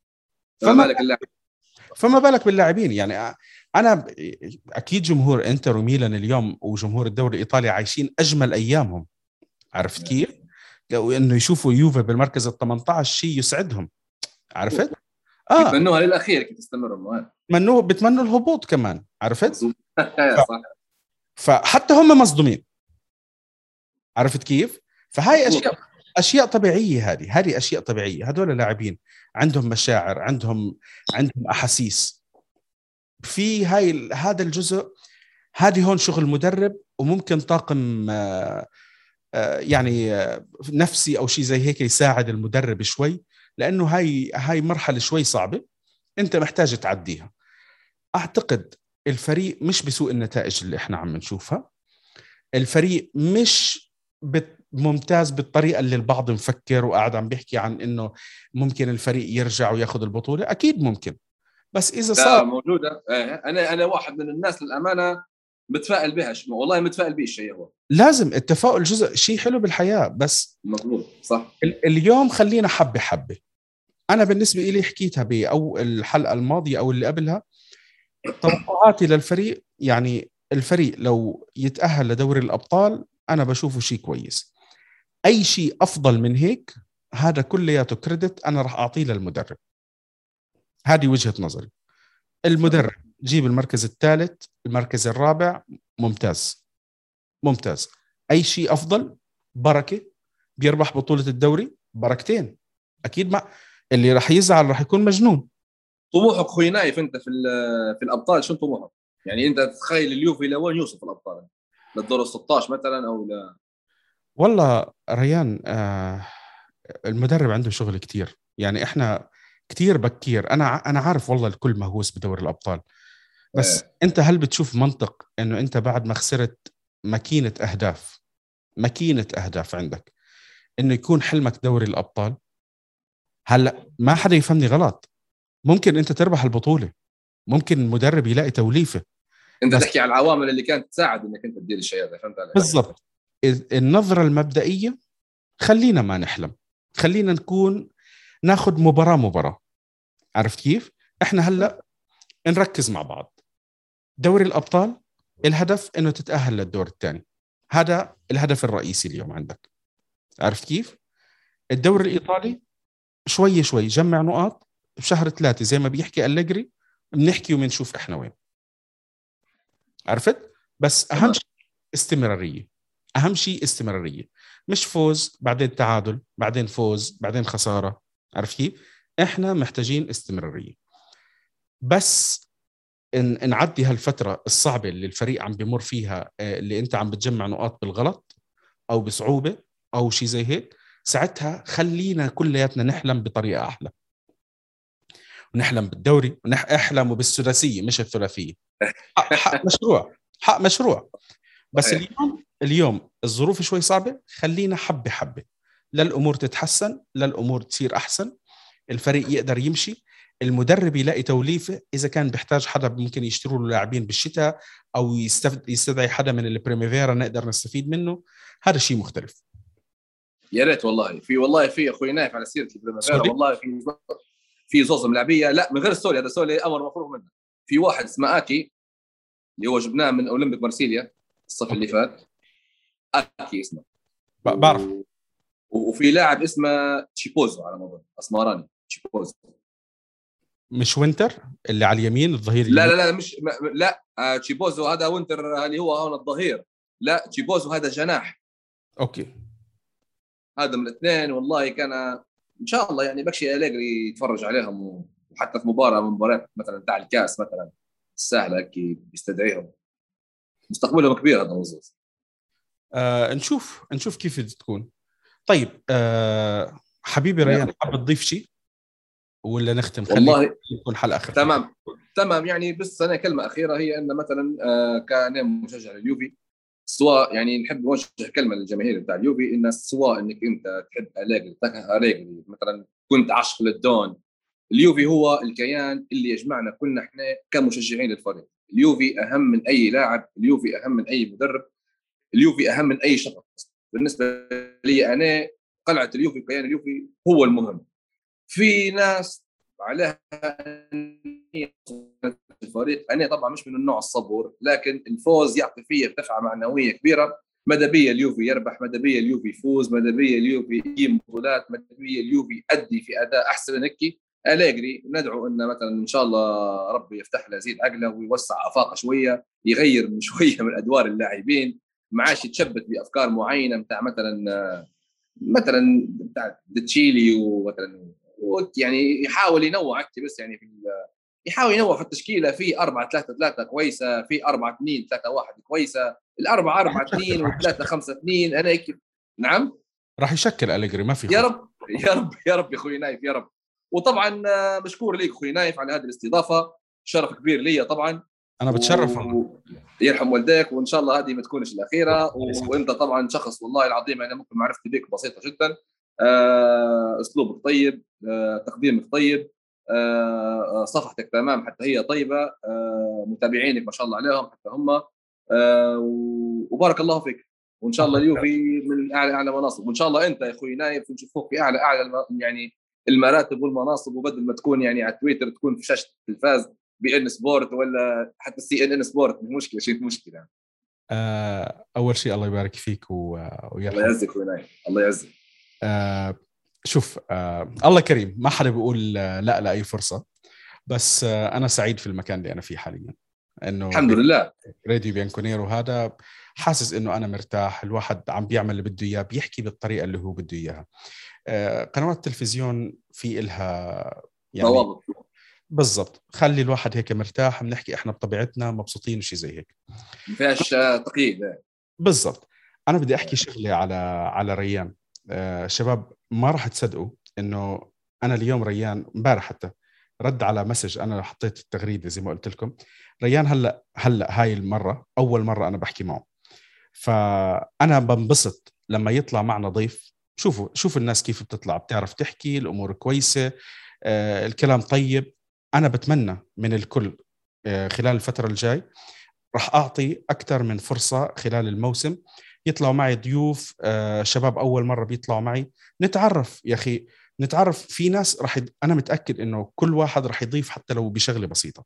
فما بالك باللاعبين. يعني أنا أكيد جمهور إنتر وميلان اليوم وجمهور الدوري الإيطالي عايشين أجمل أيامهم، عرفت كيف؟ وإنه يشوفوا يوفا بالمركز ال18 شيء يسعدهم، عرفت؟ بتمنوها للأخير كي تستمر، بتمنوا الهبوط كمان، عرفت؟ صح. فحتى هم مصدومين، عرفت كيف؟ فهاي أشياء طبيعية، هذه أشياء طبيعية. هدول لاعبين عندهم مشاعر، عندهم أحاسيس في هذا الجزء. هذه هون شغل مدرب، وممكن طاقم يعني نفسي أو شيء زي هيك يساعد المدرب شوي، لأنه هاي مرحلة شوي صعبة أنت محتاج تعديها. أعتقد الفريق مش بسوء النتائج اللي إحنا عم نشوفها، الفريق مش ممتاز بالطريقة اللي البعض مفكر وقاعد عم بيحكي عن إنه ممكن الفريق يرجع وياخذ البطولة. أكيد ممكن، بس إذا صار موجودة. أنا واحد من الناس للأمانة متفائل بها، والله متفائل به الشيء. هو لازم التفاؤل جزء شيء حلو بالحياة، بس مظبوط صح. اليوم خلينا حبة حبة. أنا بالنسبة إلي حكيتها بأو الحلقة الماضية أو اللي قبلها، توقعاتي للفريق، يعني الفريق لو يتأهل لدوري الأبطال أنا بشوفه شيء كويس. أي شيء أفضل من هيك هذا كلياته كريدت أنا راح أعطيه للمدرب. هذه وجهة نظري. المدرب جيب المركز الثالث، المركز الرابع، ممتاز. أي شيء أفضل بركة، بيربح بطولة الدوري بركتين أكيد. ما اللي راح يزعل راح يكون مجنون. طموحك أخوي نايف أنت في الأبطال شو طموحك؟ يعني أنت تتخيل اليوفي لوين يوصل في الأبطال؟ للدور 16 مثلا أو لا؟ والله ريان المدرب عنده شغل كتير، يعني إحنا كتير بكير. أنا عارف والله الكل مهووس بدوري الأبطال، بس أنت هل بتشوف منطق إنه أنت بعد ما خسرت ماكينة أهداف عندك إنه يكون حلمك دوري الأبطال؟ هلأ ما حدا يفهمني غلط، ممكن أنت تربح البطولة، ممكن المدرب يلاقي توليفة، أنت تحكي على العوامل اللي كانت تساعد إنك أنت تدير الشيء هذا، فهمت علي؟ بالضبط. النظرة المبدئية خلينا ما نحلم، خلينا ناخد مباراة، عرفت كيف؟ احنا هلأ نركز مع بعض. دوري الأبطال الهدف انه تتأهل للدور الثاني، هذا الهدف الرئيسي اليوم عندك، عرفت كيف؟ الدوري الإيطالي شوي جمع نقاط، بشهر 3 زي ما بيحكي أليجري بنحكي وبنشوف احنا وين، عرفت؟ بس أهم شيء استمرارية، مش فوز بعدين تعادل بعدين فوز بعدين خسارة، عرفت كيف؟ احنا محتاجين استمرارية. بس إن نعدي هالفترة الصعبة اللي الفريق عم بيمر فيها، اللي انت عم بتجمع نقاط بالغلط او بصعوبة او شيء زي هيك، ساعتها خلينا كلياتنا نحلم بطريقة احلى، ونحلم بالدوري ونحلم بالسداسية مش الثلاثية. حق مشروع. بس اليوم الظروف شوي صعبة، خلينا حبة للأمور تتحسن، للأمور تصير أحسن، الفريق يقدر يمشي. المدرب يلاقي توليفه اذا كان بيحتاج حدا ممكن يشتروا له لاعبين بالشتاء، او يستدعي حدا من البريميفيرا نقدر نستفيد منه. هذا شيء مختلف. يا ريت والله في اخوي نايف على سيره البريميفيرا، سوري. والله في زوز ملاعبيه، لا من غير سوري، هذا سوري امر مفروغ منه. في واحد اسمه اكي اللي هو جبناه من اولمبيك مارسيليا الصف اللي فات، اكي اسمه. بعرف. وفي لاعب اسمه تشيبوزو على ما اظن، اسمراني تشيبوزو. مش وينتر اللي على اليمين، الظهير لا اليمين؟ لا لا مش لا تشيبوزو هذا وينتر اللي هو هون الظهير. لا تشيبوزو هذا جناح. اوكي. هذا من الاثنين والله كان ان شاء الله يعني بكشي أليجري يتفرج عليهم، وحتى في مباراه من مباريات مثلا تاع الكاس مثلا السهله اكيد بيستدعيهم. مستقبلهم كبير هذا الموضوع. نشوف كيف تكون. طيب حبيبي ريان، حاب تضيف شيء ولا نختم؟ والله يكون حلقه اخر. تمام يعني بس انا كلمه اخيره هي ان مثلا كان مشجع لليوفي، سواء يعني نحب نوجه كلمه للجماهير بتاع اليوفي، ان سواء انك انت تحب أليجري مثلا، كنت عاشق للدون، اليوفي هو الكيان اللي يجمعنا كلنا احنا كمشجعين للفريق. اليوفي اهم من اي لاعب، اليوفي اهم من اي مدرب، اليوفي اهم من اي شخص. بالنسبه لي انا قلعه اليوفي، كيان اليوفي هو المهم. في ناس عليها الفريق، انا طبعا مش من النوع الصبور، لكن الفوز يعطي فيه دفعه معنويه كبيره. ماذا بيا اليوفي يربح، ماذا بيا اليوفي يفوز، ماذا بيا اليوفي يجيب بطولات، ماذا بيا اليوفي يؤدي في اداء احسن من هيك. أليجري ندعو ان مثلا ان شاء الله ربي يفتح له يزيد عقله ويوسع افاقه شويه، يغير من شويه من ادوار اللاعبين، ما عادش يتشبت بافكار معينه بتاع مثلا بتاع تشيلي ومثلا يعني يحاول ينوع بس يعني يحاول ينوع في التشكيله، في 4-3-3 كويسه، في 4-2-3-1 كويسه، الأربعة 4-2 و3-5-2 انا هيك. نعم راح يشكل أليجري، ما في يا خوف. رب يا رب يا رب يا اخوي نايف، يا رب. وطبعا مشكور ليك اخوي نايف على هذه الاستضافه، شرف كبير لي طبعا. انا بتشرف يرحم والديك، وان شاء الله هذه ما تكونش الاخيره. وانت طبعا شخص والله العظيم انا ممكن معرفتي بك بسيطه جدا، اسلوبك طيب، تقديمك طيب، صفحتك تمام حتى هي طيبه، متابعينك ما شاء الله عليهم حتى هم، وبارك الله فيك. وان شاء الله اليوفي من اعلى مناصب، وان شاء الله انت يا اخوي نايف نشوفوك في اعلى يعني المراتب والمناصب، وبدل ما تكون يعني على تويتر تكون في شاشه التلفاز بي ان سبورت ولا حتى سي ان ان سبورت، مش مشكله، شيء مشكله. اول شيء الله يبارك فيك الله يعزك ونايف، الله يعزك. شوف، الله كريم، ما حدا بيقول لا لاي فرصه، بس انا سعيد في المكان اللي انا فيه حاليا، انه الحمد لله راديو بيانكونيرو هذا حاسس انه انا مرتاح، الواحد عم بيعمل اللي بده اياه، بيحكي بالطريقه اللي هو بده اياها. قنوات التلفزيون في إلها يعني ضوابط بالضبط، خلي الواحد هيك مرتاح، بنحكي احنا بطبيعتنا مبسوطين وشي زي هيك، ما فيهاش تقييد. بالضبط. انا بدي احكي شغله على ريان. شباب ما راح تصدقوا انه انا اليوم ريان امبارح حتى رد على مسج، انا حطيت التغريده زي ما قلت لكم. ريان هلا هاي المره اول مره انا بحكي معه، فانا بنبسط لما يطلع معنا ضيف. شوفوا الناس كيف بتطلع، بتعرف تحكي، الامور كويسه، الكلام طيب. انا بتمنى من الكل خلال الفتره الجاي راح أعطي أكثر من فرصة خلال الموسم، يطلعوا معي ضيوف شباب أول مرة بيطلعوا معي، نتعرف يا أخي، نتعرف. في ناس أنا متأكد إنه كل واحد راح يضيف حتى لو بشغلة بسيطة.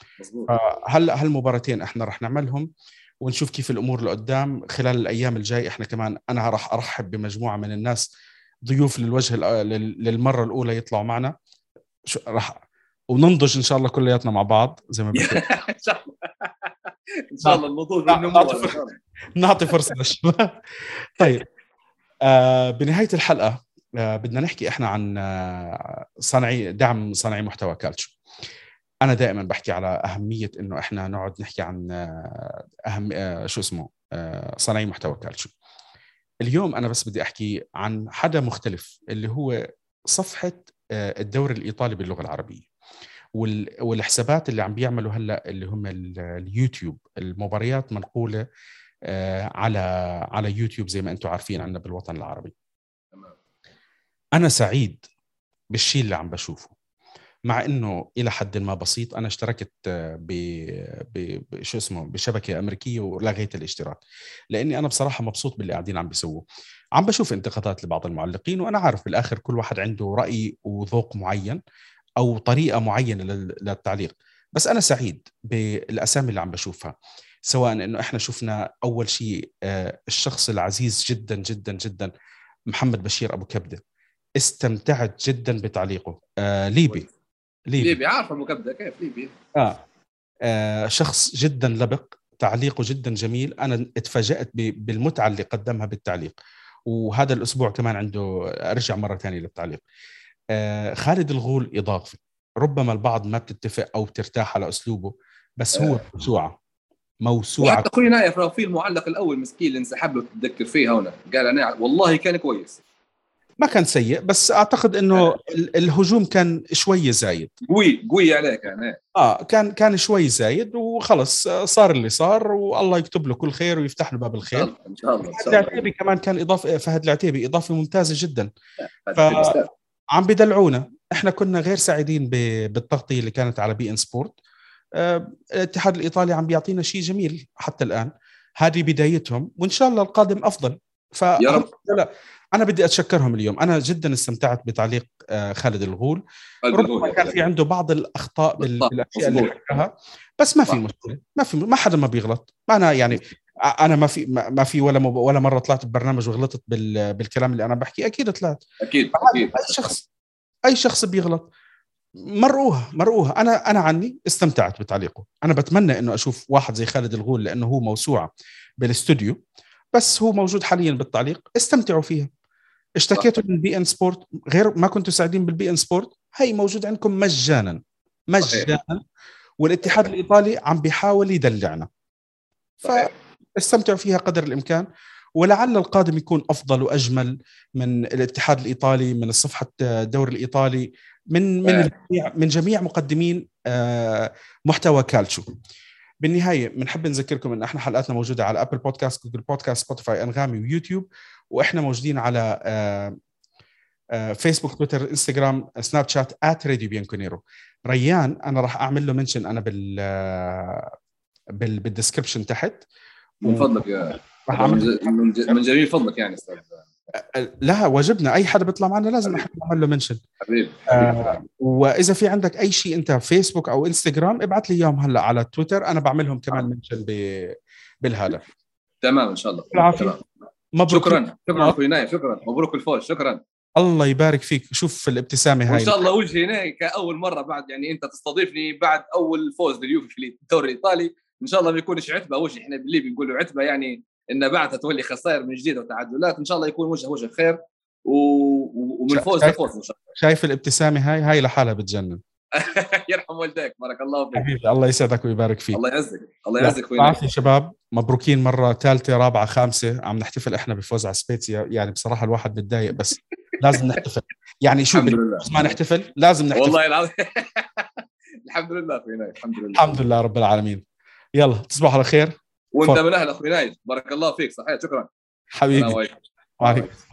هلأ هالمباراتين إحنا راح نعملهم ونشوف كيف الأمور لقدام. خلال الأيام الجاي إحنا كمان أنا راح أرحب بمجموعة من الناس ضيوف للمرة الأولى يطلعوا معنا، راح وننضج إن شاء الله كلياتنا مع بعض زي ما بحكي. ان شاء الله النضوج والنمو نعطي فرصه للشباب. طيب بنهايه الحلقه بدنا نحكي احنا عن دعم صانعي محتوى كالتشو. انا دائما بحكي على اهميه انه احنا نقعد نحكي عن شو اسمه صانعي محتوى كالتشو. اليوم انا بس بدي احكي عن حدا مختلف، اللي هو صفحه الدوري الايطالي باللغه العربيه، والحسابات اللي عم بيعملوا هلا اللي هم اليوتيوب، المباريات منقوله على يوتيوب زي ما انتم عارفين عندنا بالوطن العربي. انا سعيد بالشيء اللي عم بشوفه، مع انه الى حد ما بسيط. انا اشتركت شو اسمه بشبكه امريكيه ولغيت الاشتراك، لاني انا بصراحه مبسوط باللي قاعدين عم بيسووه. عم بشوف انتقادات لبعض المعلقين، وانا عارف بالاخر كل واحد عنده راي وذوق معين او طريقه معينه للتعليق. بس انا سعيد بالاسامي اللي عم بشوفها، سواء انه احنا شفنا اول شيء الشخص العزيز جدا جدا جدا محمد بشير ابو كبده. استمتعت جدا بتعليقه. ليبي. ليبي عارف ابو كبده كيف ليبي. شخص جدا لبق، تعليقه جدا جميل. انا اتفاجأت بالمتعه اللي قدمها بالتعليق. وهذا الاسبوع كمان عنده ارجع مره ثانيه للتعليق. خالد الغول اضافي، ربما البعض ما بتتفق او بترتاح على اسلوبه، بس هو موسوعه. وحتى اخوي نايف في المعلق الاول مسكين اللي انسحب له، تتذكر فيه هنا قال انا والله كان كويس، ما كان سيء، بس اعتقد انه الهجوم كان شويه زايد، قوي عليك يعني. كان شوي زايد، وخلص صار اللي صار، والله يكتب له كل خير ويفتح له باب الخير. ان شاء الله فهد العتيبي كمان كان اضافه، فهد العتيبي اضافه ممتازه جدا. فعم بدلعونا. احنا كنا غير سعيدين بالتغطيه اللي كانت على بي ان سبورت. الاتحاد الايطالي عم بيعطينا شيء جميل حتى الان. هذه بدايتهم، وان شاء الله القادم افضل. يا رب. لا، انا بدي اتشكرهم اليوم. انا جدا استمتعت بتعليق خالد الغول. ربما كان في عنده بعض الاخطاء بالاشياء اللي حكاها، بس ما في مشكله. ما حدا ما بيغلط. انا يعني انا ما في ولا مره طلعت ببرنامج وغلطت بالكلام اللي انا بحكي. اكيد طلعت. اكيد اي شخص بيغلط. مرؤوها. انا عني استمتعت بتعليقه. انا بتمنى انه اشوف واحد زي خالد الغول، لانه هو موسوعه بالاستوديو، بس هو موجود حاليا بالتعليق. استمتعوا فيها. اشتكيتوا من بي ان سبورت، غير ما كنتوا سعيدين بالبي ان سبورت، هي موجود عندكم مجانا. والاتحاد الايطالي عم بيحاول يدلعنا، فاستمتعوا فيها قدر الامكان. ولعل القادم يكون افضل واجمل من الاتحاد الايطالي، من الصفحه الدوري الايطالي، من جميع مقدمين محتوى كالتشو. بالنهايه بنحب نذكركم ان احنا حلقاتنا موجوده على ابل بودكاست، جوجل بودكاست، سبوتيفاي، انغامي، ويوتيوب. واحنا موجودين على فيسبوك، تويتر، انستغرام، سناب شات @راديو ريان انا راح اعمل له منشن انا بالديسكربشن تحت. من فضلك يا من جميل فضلك يعني استاذ. لا، واجبنا اي حدا بيطلع معنا لازم نعمل له منشن. حبيبي. واذا في عندك اي شيء انت فيسبوك او انستغرام ابعث لي اياهم هلا على تويتر، انا بعملهم كمان منشن بالهذا. تمام ان شاء الله. العافيه. مبروك. شكرا اخوي نايف، شكرا، مبروك الفوز. شكرا. الله يبارك فيك. شوف الابتسامه هاي، وان شاء الله وجهي هنا كاول مره بعد يعني انت تستضيفني بعد اول فوز لليوفي في الدوري الايطالي. ان شاء الله ما يكونش عتبه وجه، احنا بالليبي بنقولوا عتبه يعني ان بعدها تولي خسائر من جديد وتعادلات. ان شاء الله يكون وجه خير ومن فوز لفوز ان شاء الله. شايف الابتسامه هاي لحالها بتجنن. يرحم والديك، بارك الله فيك حبيبي. الله يسعدك ويبارك فيك. الله يعزك. الله يعزك اخوي. عافية شباب، مبروكين مره ثالثه رابعه خامسه عم نحتفل احنا بفوز على سبيتسيا. يعني بصراحه الواحد بتضايق، بس لازم نحتفل. يعني شو ما نحتفل، لازم نحتفل والله العظيم. الحمد لله اخوي نايف. الحمد لله رب العالمين. يلا تصبحوا على خير. وانت من اهل اخوي نايف، بارك الله فيك. صحيح. شكرا حبيبي. وعليكم